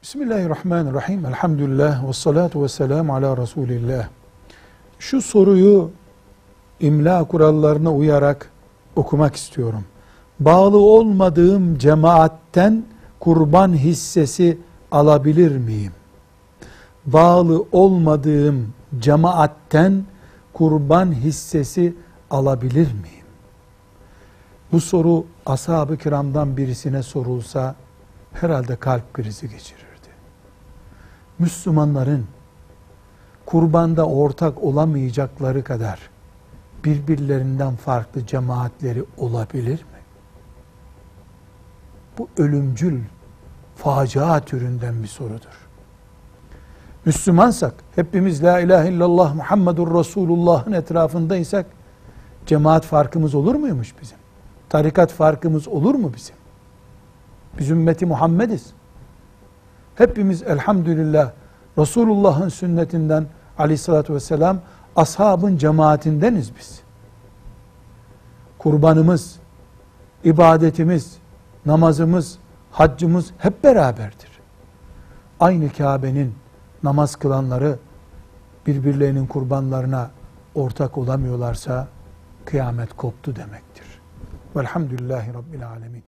Bismillahirrahmanirrahim. Elhamdülillah ve salatu ve selamu ala Resulillah. Şu soruyu imla kurallarına uyarak okumak istiyorum. Bağlı olmadığım cemaatten kurban hissesi alabilir miyim? Bağlı olmadığım cemaatten kurban hissesi alabilir miyim? Bu soru ashab-ı kiramdan birisine sorulsa herhalde kalp krizi geçirirdi. Müslümanların kurbanda ortak olamayacakları kadar birbirlerinden farklı cemaatleri olabilir mi? Bu ölümcül, facia türünden bir sorudur. Müslümansak, hepimiz la ilahe illallah Muhammedur Resulullah'ın etrafındaysak, cemaat farkımız olur muymuş bizim? Tarikat farkımız olur mu bizim? Biz ümmeti Muhammediz. Hepimiz elhamdülillah Resulullah'ın sünnetinden aleyhissalatü vesselam ashabın cemaatindeniz biz. Kurbanımız, ibadetimiz, namazımız, haccımız hep beraberdir. Aynı Kabe'nin namaz kılanları birbirlerinin kurbanlarına ortak olamıyorlarsa kıyamet koptu demektir. Velhamdülillahi Rabbil alemin.